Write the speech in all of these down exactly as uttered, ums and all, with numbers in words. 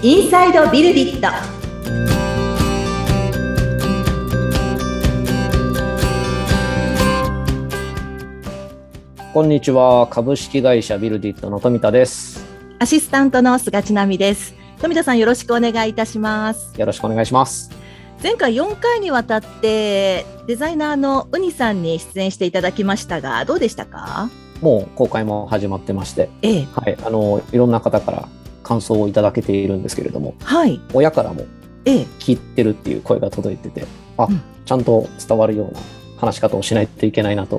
インサイドビルディット。 こんにちは。株式会社ビルディットの富田です。 アシスタントの菅千奈美です。富田さん、よろしくお願いいたします。 よろしくお願いします。 前回よんかいにわたってデザイナーのウニさんに出演していただきましたが、どうでしたか？ もう公開も始まってまして、 ええ、 はい、あのいろんな方から感想をいただけているんですけれども、 はい、 親からもええ、 聞いてるっていう声が届いてて、あ、 うん、 ちゃんと伝わるような話し方をしないといけないなと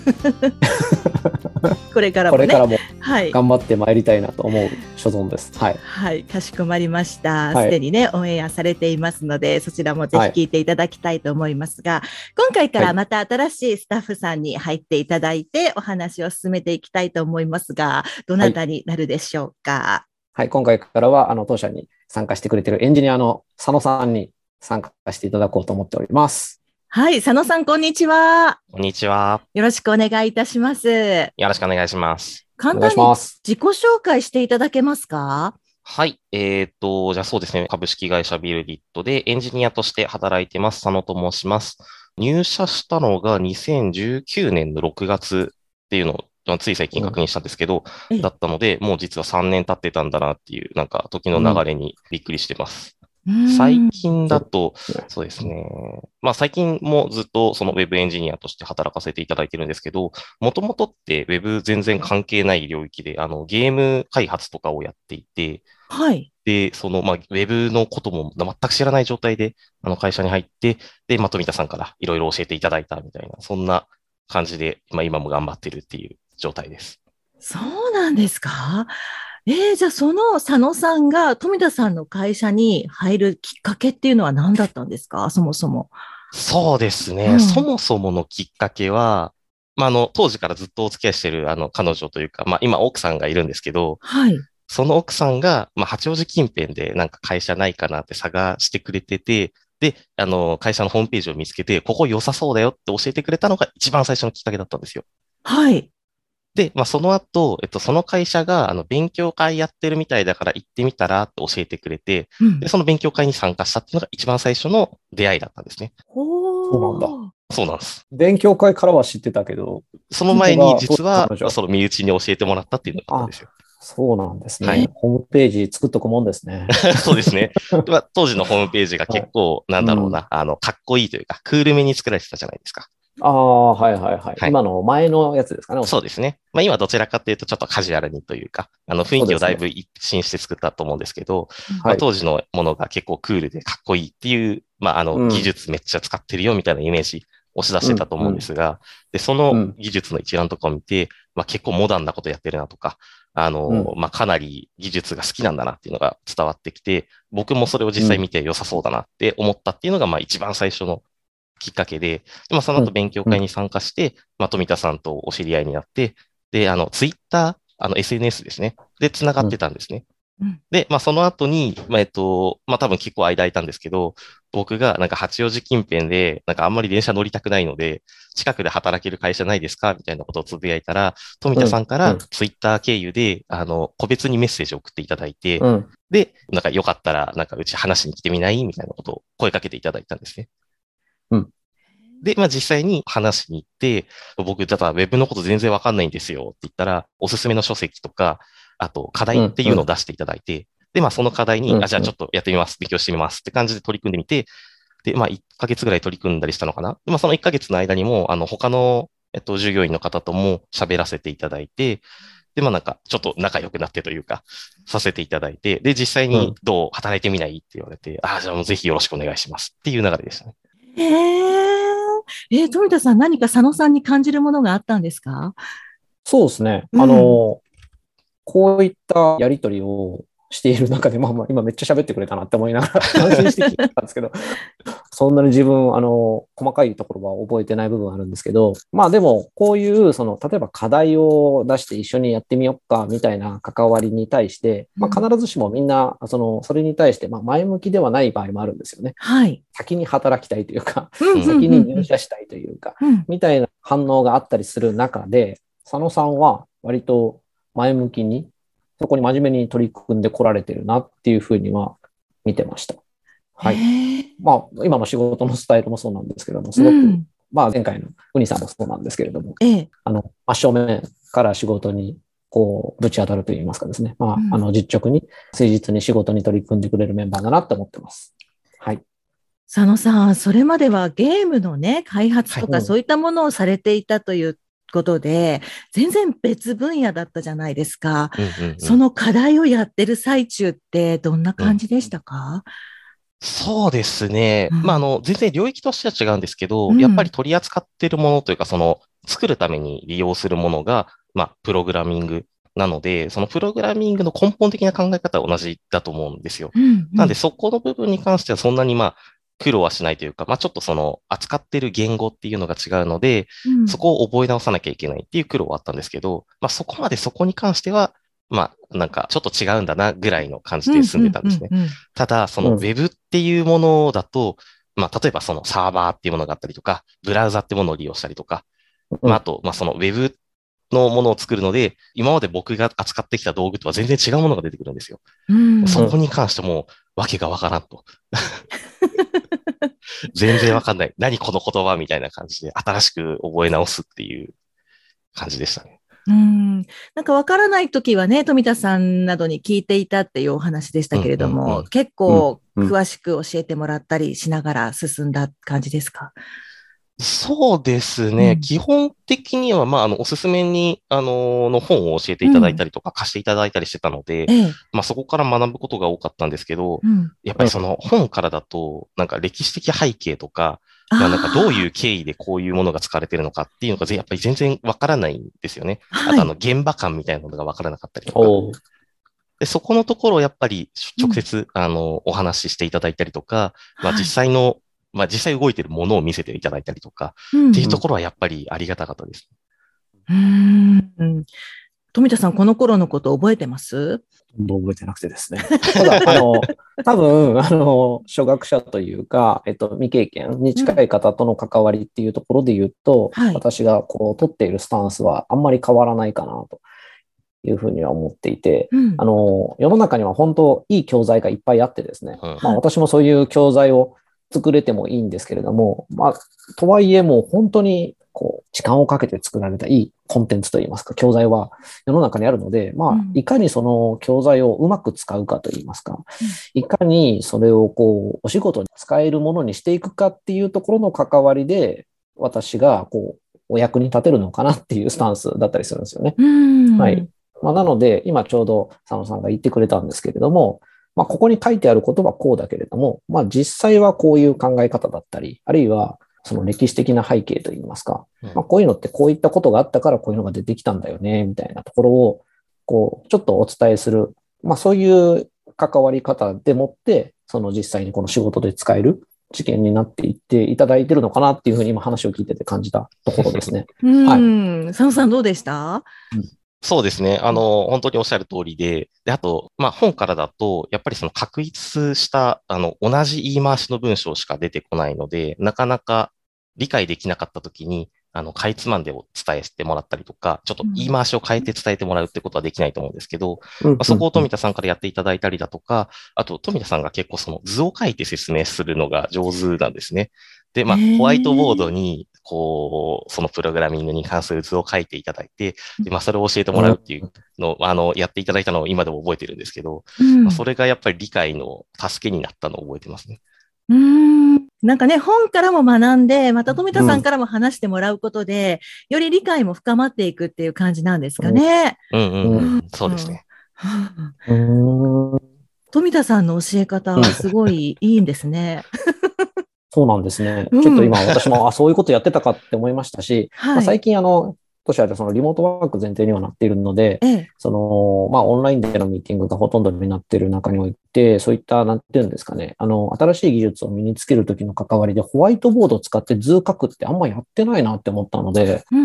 これからもね、 これからもはい、 頑張ってまいりたいなと思う所存です。はい、 はい、かしこまりました。 はいすでにね、オンエアされていますので、そちらもぜひ聞いていただきたいと思いますが、はい、今回からまた新しいスタッフさんに入っていただいて、お話を進めていきたいと思いますが、どなたになるでしょうか？ はいはい、今回からはあの当社に参加してくれているエンジニアの佐野さんに参加していただこうと思っております。 はい、佐野さん、こんにちは。 こんにちは。 よろしくお願いいたします。 よろしくお願いします。 簡単に自己紹介していただけますか？ はい。えっと、じゃあそうですね。株式会社ビルディットでエンジニアとして働いてます。佐野と申します。入社したのがにせんじゅうきゅうねんのろくがつっていうのをつい最近確認したんですけど、うん、だったので、もう実はさんねん経ってたんだなっていう、なんか時の流れにびっくりしてます。うん、最近だと、そうですね。まあ最近もずっとそのウェブエンジニアとして働かせていただいてるんですけど、もともとってウェブ全然関係ない領域で、あのゲーム開発とかをやっていて、 はい。 で、その、まあ、ウェブのことも全く知らない状態で、あの会社に入って、で、まあ、富田さんからいろいろ教えていただいたみたいな、そんな感じで、まあ今も頑張ってるっていう状態です。 そうなんですか？えー、じゃあその佐野さんが富田さんの会社に入るきっかけっていうのは何だったんですか？そもそも。 そうですね。うん、そもそものきっかけは、まあ、あの、当時からずっとお付き合いしてる、あの、彼女というか、まあ、今奥さんがいるんですけど、 はい。 その奥さんが、まあ、八王子近辺でなんか会社ないかなって探してくれてて、で、あの、会社のホームページを見つけて、ここ良さそうだよって教えてくれたのが一番最初のきっかけだったんですよ。 はい。 で、まあ、その後、えっと、その会社が、あの、勉強会やってるみたいだから行ってみたらって教えてくれて、うん、で、その勉強会に参加したっていうのが一番最初の出会いだったんですね。 そうなんだ。 そうなんです。 勉強会からは知ってたけど、 その前に実は、その身内に教えてもらったっていうのがあったんですよ。 そうなんですね。はい、ホームページ作っとくもんですね。 そうですね。当時のホームページが結構、なんだろうな、うん、あの、かっこいいというか、クールめに作られてたじゃないですか。 ああ、はいはいはい。はい、今の前のやつですかね。 そうですね。まあ今どちらかというとちょっとカジュアルにというか、あの雰囲気をだいぶ一新して作ったと思うんですけど、ね、まあ、当時のものが結構クールでかっこいいっていう、まああの技術めっちゃ使ってるよみたいなイメージ押し出してたと思うんですが、うんうん、で、その技術の一覧とかを見て、まあ結構モダンなことやってるなとか、あの、うん、まあかなり技術が好きなんだなっていうのが伝わってきて、僕もそれを実際見て良さそうだなって思ったっていうのが、まあ一番最初のきっかけで、まあ、その後勉強会に参加して、うん、まあ、富田さんとお知り合いになって、で、あの、ツイッター、あの、エスエヌエス ですね。で、繋がってたんですね。うん、で、まあ、その後に、まあ、えっと、まあ、多分結構間空いたんですけど、僕がなんか八王子近辺で、なんかあんまり電車乗りたくないので、近くで働ける会社ないですかみたいなことをつぶやいたら、富田さんからツイッター経由で、あの、個別にメッセージを送っていただいて、うん、で、なんかよかったら、なんかうち話しに来てみないみたいなことを声かけていただいたんですね。 うん。 で、まあ実際に話しに行って、僕、だからウェブのこと全然わかんないんですよって言ったら、おすすめの書籍とか、あと課題っていうのを出していただいて、うんうん、で、まあその課題に、うんうん、あ、じゃあちょっとやってみます、勉強してみますって感じで取り組んでみて、で、まあいっかげつぐらい取り組んだりしたのかな。でまあそのいっかげつの間にも、あの、他の、えっと、従業員の方とも喋らせていただいて、で、まあなんか、ちょっと仲良くなってというか、させていただいて、で、実際にどう働いてみないって言われて、うん、ああ、じゃあもうぜひよろしくお願いしますっていう流れでしたね。 へー。えー、富田さん、何か佐野さんに感じるものがあったんですか？ そうですね。うん、あの、こういったやりとりをしている中で、まあまあ、今めっちゃ喋ってくれたなって思いながら安心して聞いたんですけど、そんなに自分、あの、細かいところは覚えてない部分あるんですけど、まあでも、こういう、その、例えば課題を出して一緒にやってみようか、みたいな関わりに対して、まあ必ずしもみんな、その、それに対して、まあ前向きではない場合もあるんですよね。 はい。 先に働きたいというか、先に入社したいというか、みたいな反応があったりする中で、佐野さんは割と前向きに、 そこに真面目に取り組んでこられてるなっていうふうには見てました。はい。まあ、今の仕事のスタイルもそうなんですけども、すごく、うん、まあ前回のウニさんもそうなんですけれども、ええ、あの、真正面から仕事にこう、ぶち当たるといいますかですね。まあ、うん、あの、実直に、誠実に仕事に取り組んでくれるメンバーだなって思ってます。はい。 佐野さん、それまではゲームのね、開発とかそういったものをされていたということで、全然別分野だったじゃないですか。うんうんうん、その課題をやってる最中ってどんな感じでしたか？うん、 そうですね。うん、まあ、あの、全然領域としては違うんですけど、うん、やっぱり取り扱っているものというか、その、作るために利用するものが、まあ、プログラミングなので、そのプログラミングの根本的な考え方は同じだと思うんですよ。うんうん、なので、そこの部分に関してはそんなに、まあ、苦労はしないというか、まあ、ちょっとその、扱っている言語っていうのが違うので、うん、そこを覚え直さなきゃいけないっていう苦労はあったんですけど、まあ、そこまでそこに関しては、まあ、なんか、ちょっと違うんだな、ぐらいの感じで進んでたんですね。ただ、その Web っていうものだと、まあ、例えばそのサーバーっていうものがあったりとか、ブラウザっていうものを利用したりとか、まあ、あと、まあ、その Web のものを作るので、今まで僕が扱ってきた道具とは全然違うものが出てくるんですよ。うん、そこに関しても、わけがわからんと。全然わかんない。何この言葉みたいな感じで、新しく覚え直すっていう感じでしたね。 うん、なんかわからないときはね、富田さんなどに聞いていたっていうお話でしたけれども、うんうんうん、結構詳しく教えてもらったりしながら進んだ感じですか？ そうですね。うん、基本的には、まあ、あの、おすすめに、あの、の本を教えていただいたりとか、貸していただいたりしてたので、うん、まあ、そこから学ぶことが多かったんですけど、うん、やっぱりその本からだと、なんか歴史的背景とか、まあ、なんかどういう経緯でこういうものが使われてるのかっていうのが、やっぱり全然わからないんですよね。はい、あと、あの、現場感みたいなのがわからなかったりとか。で、そこのところをやっぱり直接、あの、お話ししていただいたりとか、まあ、実際の、まあ実際動いているものを見せていただいたりとか、うん、っていうところはやっぱりありがたかったです。 うん。富田さん、この頃のこと覚えてます？ 覚えてなくてですね。ただ、あの、多分、あの、初学者というか、えっと、未経験に近い方との関わりっていうところで言うと、うん、私がこう、取っているスタンスはあんまり変わらないかなというふうには思っていて、うん、あの、世の中には本当いい教材がいっぱいあってですね、うん、まあ私もそういう教材を作れてもいいんですけれども、まあ、とはいえもう本当にこう、時間をかけて作られたいいコンテンツといいますか、教材は世の中にあるので、まあ、いかにその教材をうまく使うかといいますか、うん、いかにそれをこう、お仕事に使えるものにしていくかっていうところの関わりで、私がこう、お役に立てるのかなっていうスタンスだったりするんですよね。はい。まあ、なので、今ちょうど佐野さんが言ってくれたんですけれども、まあ、ここに書いてあることはこうだけれども、まあ、実際はこういう考え方だったり、あるいはその歴史的な背景といいますか、まあ、こういうのってこういったことがあったからこういうのが出てきたんだよね、みたいなところを、こう、ちょっとお伝えする、まあ、そういう関わり方でもって、その実際にこの仕事で使える知見になっていっていただいているのかなっていうふうに今話を聞いてて感じたところですね。 うん、はい。佐野さんどうでした？うん、 そうですね。あの、本当におっしゃる通りで、で、あと、まあ、本からだと、やっぱりその確立した、あの、同じ言い回しの文章しか出てこないので、なかなか理解できなかったときに、あの、かいつまんでお伝えしてもらったりとか、ちょっと言い回しを変えて伝えてもらうってことはできないと思うんですけど、うんまあ、そこを富田さんからやっていただいたりだとか、あと、富田さんが結構その図を書いて説明するのが上手なんですね。で、まあ、ホワイトボードに、こう、そのプログラミングに関する図を書いていただいて、でまあ、それを教えてもらうっていうのを、あの、やっていただいたのを今でも覚えてるんですけど、うんまあ、それがやっぱり理解の助けになったのを覚えてますね。 うーんなんかね、本からも学んで、また富田さんからも話してもらうことで、うん、より理解も深まっていくっていう感じなんですかね。 うんうんうん、うん、そうですね。 うん富田さんの教え方はすごいいいんですね。 そうなんですね。ちょっと今私も、あ、そういうことやってたかって思いましたし、はい、まあ、最近あの、都市はそのリモートワーク前提にはなっているので、ええ、その、まあオンラインでのミーティングがほとんどになっている中において、そういった、なんていうんですかね、あの、新しい技術を身につけるときの関わりでホワイトボードを使って図書くってあんまやってないなって思ったので、うん、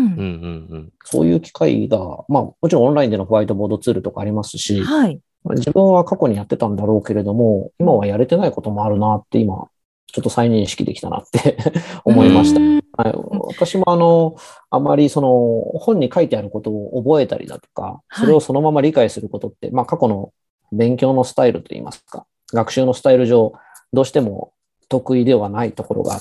そういう機会が、まあもちろんオンラインでのホワイトボードツールとかありますし、はい、自分は過去にやってたんだろうけれども、今はやれてないこともあるなって今、 ちょっと再認識できたなって思いました。はい、私もあの、あまりその本に書いてあることを覚えたりだとか、それをそのまま理解することって、はい、まあ過去の勉強のスタイルといいますか、学習のスタイル上、どうしても得意ではないところがあって、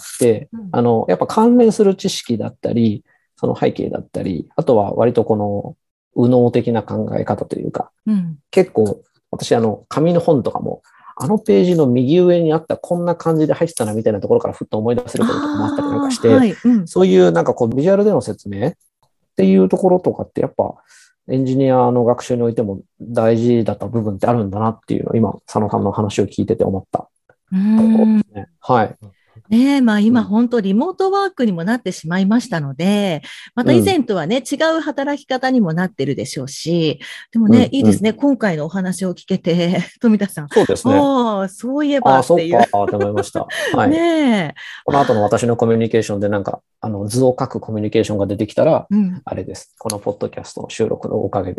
うん、あの、やっぱ関連する知識だったり、その背景だったり、あとは割とこの右脳的な考え方というか、うん、結構私あの、紙の本とかも、あのページの右上にあったこんな感じで入ってたなみたいなところからふっと思い出せることとかもあったりなんかして、はいうん、そういうなんかこうビジュアルでの説明っていうところとかってやっぱエンジニアの学習においても大事だった部分ってあるんだなっていうのを今、佐野さんの話を聞いてて思ったところですね。はい。 ねえ、まあ今本当リモートワークにもなってしまいましたので、また以前とはね、うん、違う働き方にもなってるでしょうし、でもね、うん、いいですね、うん、今回のお話を聞けて、富田さん。 そうですね。 ああ、そういえばっていう。 ああ、そうか、と思いました。はい。ねえ。この後の私のコミュニケーションでなんか、あの、図を書くコミュニケーションが出てきたら、うん、あれです。このポッドキャストの収録のおかげです。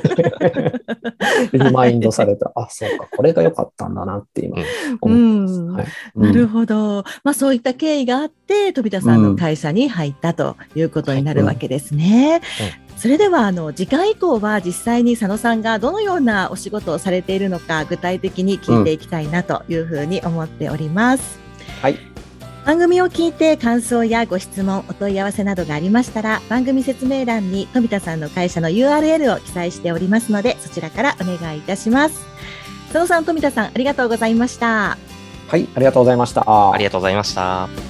リマインドされた。あ、そうか、これが良かったんだなって今思ってます。うんはいうん、 なるほど。まあそういった経緯があって、飛田さんの会社に入ったということになるわけですね。うんうん、それでは、あの、次回以降は実際に佐野さんがどのようなお仕事をされているのか、具体的に聞いていきたいなというふうに思っております。 うん、はい。 番組を聞いて感想やご質問、お問い合わせなどがありましたら、番組説明欄に富田さんの会社の ユーアールエル を記載しておりますので、そちらからお願いいたします。佐野さん、富田さん、ありがとうございました。 はい、ありがとうございました。 ありがとうございました。